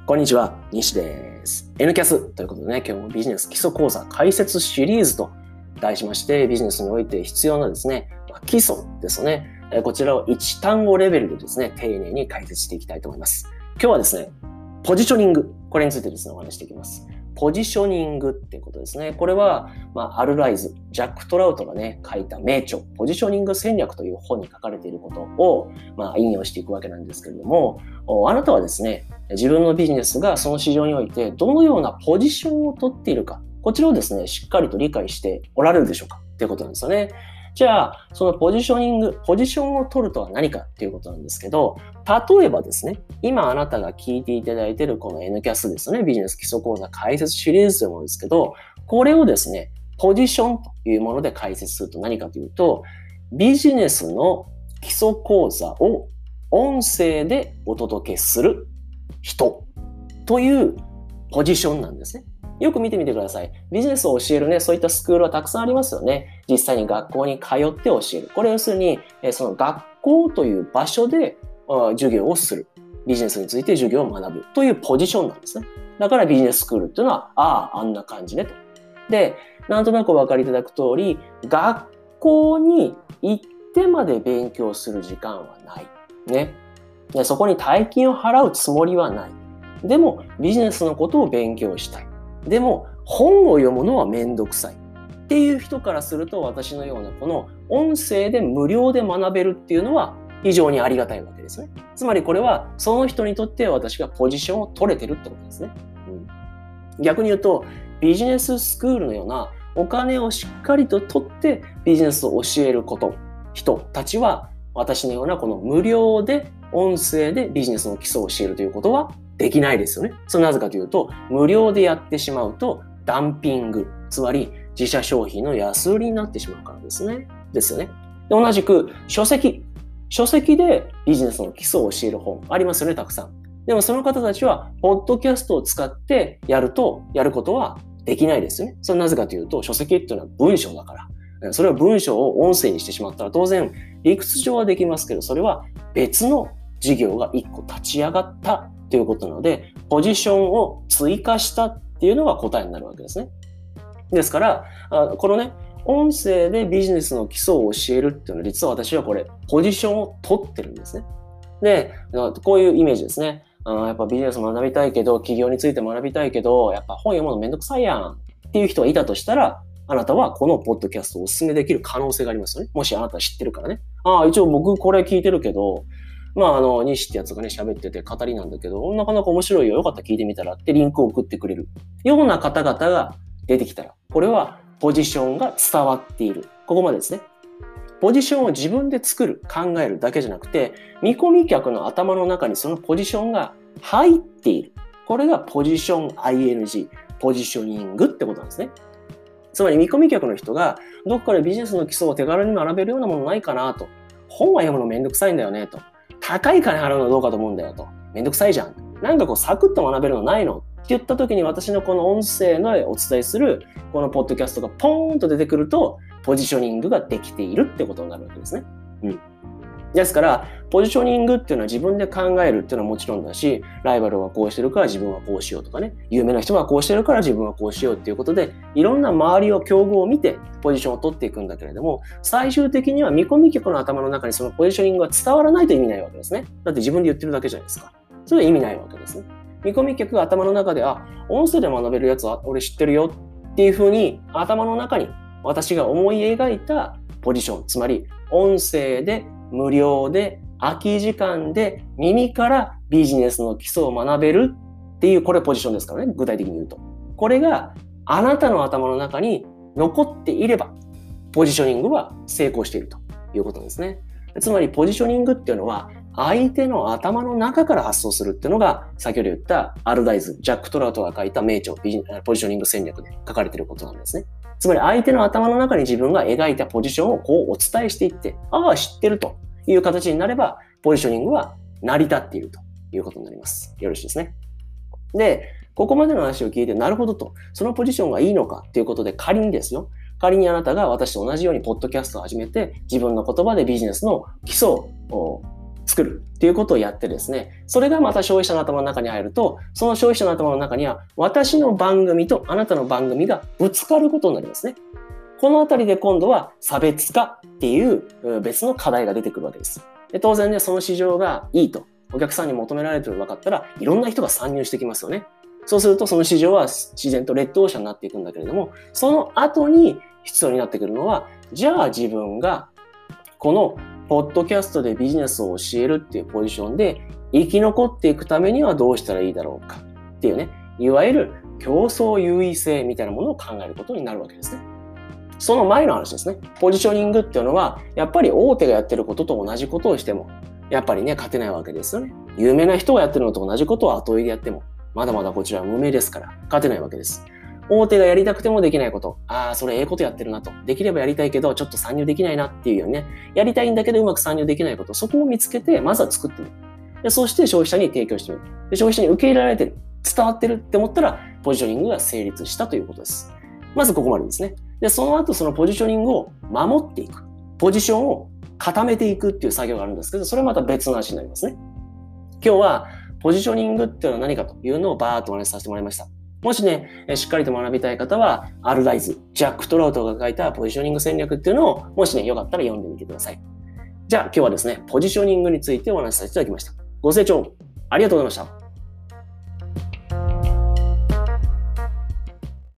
こんにちは、西です。N キャスということでね、今日もビジネス基礎講座解説シリーズと題しまして、ビジネスにおいて必要なですね、基礎ですよね。こちらを1単語レベルでですね、丁寧に解説していきたいと思います。今日はですね、ポジショニング、これについてですね、お話していきます。ポジショニングっていうことですね。これは、アルライズ、ジャック・トラウトがね、書いた名著、ポジショニング戦略という本に書かれていることを、引用していくわけなんですけれども、あなたはですね、自分のビジネスがその市場においてどのようなポジションを取っているか、こちらをですね、しっかりと理解しておられるでしょうかっていうことなんですよね。じゃあ、そのポジショニング、ポジションを取るとは何かっていうことなんですけど、例えばですね、今あなたが聞いていただいているこの N キャスですね、ビジネス基礎講座解説シリーズというものですけど、これをですね、ポジションというもので解説すると何かというと、ビジネスの基礎講座を音声でお届けする人というポジションなんですね。よく見てみてください。ビジネスを教えるね、そういったスクールはたくさんありますよね。実際に学校に通って教える。これ要するに、その学校という場所で授業をする。ビジネスについて授業を学ぶというポジションなんですね。だからビジネススクールっていうのは、あんな感じねと。で、なんとなくお分かりいただく通り、学校に行ってまで勉強する時間はない。ね。で、そこに大金を払うつもりはない。でも、ビジネスのことを勉強したい。でも、本を読むのはめんどくさい。っていう人からすると、私のようなこの音声で無料で学べるっていうのは非常にありがたいわけですね。つまりこれは、その人にとって私がポジションを取れてるってことですね。逆に言うと、ビジネススクールのようなお金をしっかりと取ってビジネスを教える人たちは、私のようなこの無料で音声でビジネスの基礎を教えるということはできないですよね。それなぜかというと、無料でやってしまうとダンピング、つまり自社商品の安売りになってしまうからですね。ですよね。で、同じく書籍でビジネスの基礎を教える本ありますよね、たくさん。でもその方たちはポッドキャストを使ってやることはできないですよね。それなぜかというと、書籍っていうのは文章だから。それは文章を音声にしてしまったら当然理屈上はできますけど、それは別の事業が一個立ち上がったということなので、ポジションを追加したっていうのが答えになるわけですね。ですから、このね、音声でビジネスの基礎を教えるっていうのは実は私はこれ、ポジションを取ってるんですね。で、こういうイメージですね。やっぱビジネス学びたいけど、企業について学びたいけど、やっぱ本読むのめんどくさいやんっていう人がいたとしたら、あなたはこのポッドキャストをお勧めできる可能性がありますよね。もしあなたは知ってるからね。一応僕これ聞いてるけど、西ってやつがね、喋ってて語りなんだけど、なかなか面白いよ。よかったら聞いてみたらってリンクを送ってくれるような方々が出てきたら、これはポジションが伝わっている。ここまでですね。ポジションを自分で作る、考えるだけじゃなくて、見込み客の頭の中にそのポジションが入っている。これがポジション ING、ポジショニングってことなんですね。つまり見込み客の人がどこかでビジネスの基礎を手軽に学べるようなものないかなと。本は読むのめんどくさいんだよねと。高い金払うのどうかと思うんだよと。めんどくさいじゃん。なんかこうサクッと学べるのないのって言った時に私のこの音声のお伝えするこのポッドキャストがポーンと出てくるとポジショニングができているってことになるわけですね。ですから、ポジショニングっていうのは自分で考えるっていうのはもちろんだし、ライバルはこうしてるから自分はこうしようとかね、有名な人はこうしてるから自分はこうしようっていうことで、いろんな周りを競合を見てポジションを取っていくんだけれども、最終的には見込み客の頭の中にそのポジショニングが伝わらないと意味ないわけですね。だって自分で言ってるだけじゃないですか。それは意味ないわけですね。見込み客が頭の中で、音声で学べるやつは俺知ってるよっていうふうに頭の中に私が思い描いたポジション、つまり音声で無料で空き時間で耳からビジネスの基礎を学べるっていうこれポジションですからね、具体的に言うと。これがあなたの頭の中に残っていればポジショニングは成功しているということですね。つまりポジショニングっていうのは相手の頭の中から発想するっていうのが先ほど言ったアルダイズ、ジャック・トラウトが書いた名著ポジショニング戦略で書かれていることなんですね。つまり相手の頭の中に自分が描いたポジションをこうお伝えしていって、知ってるという形になれば、ポジショニングは成り立っているということになります。よろしいですね。で、ここまでの話を聞いて、なるほどと、そのポジションがいいのかということで、仮にあなたが私と同じようにポッドキャストを始めて、自分の言葉でビジネスの基礎を作るっていうことをやってですね、それがまた消費者の頭の中に入ると、その消費者の頭の中には私の番組とあなたの番組がぶつかることになりますね。このあたりで今度は差別化っていう別の課題が出てくるわけです。で、当然ね、その市場がいいとお客さんに求められていると分かったら、いろんな人が参入してきますよね。そうするとその市場は自然とレッドオーシャンになっていくんだけれども、その後に必要になってくるのは、じゃあ自分がこのポッドキャストでビジネスを教えるっていうポジションで生き残っていくためにはどうしたらいいだろうかっていうね、いわゆる競争優位性みたいなものを考えることになるわけですね。その前の話ですね。ポジショニングっていうのは、やっぱり大手がやってることと同じことをしても、やっぱりね、勝てないわけですよね。有名な人がやってるのと同じことを後追いでやっても、まだまだこちらは無名ですから、勝てないわけです。大手がやりたくてもできないこと。それええことやってるなと。できればやりたいけど、ちょっと参入できないなっていうようにね。やりたいんだけどうまく参入できないこと。そこを見つけて、まずは作ってみる。で、そして消費者に提供してみる。で、消費者に受け入れられてる。伝わってるって思ったら、ポジショニングが成立したということです。まずここまでですね。で、その後そのポジショニングを守っていく。ポジションを固めていくっていう作業があるんですけど、それはまた別の話になりますね。今日はポジショニングっていうのは何かというのをバーッとお話しさせてもらいました。もしね、しっかりと学びたい方は、アルライズ、ジャック・トラウトが書いたポジショニング戦略っていうのを、もしね、よかったら読んでみてください。じゃあ今日はですね、ポジショニングについてお話しさせていただきました。ご清聴ありがとうございました。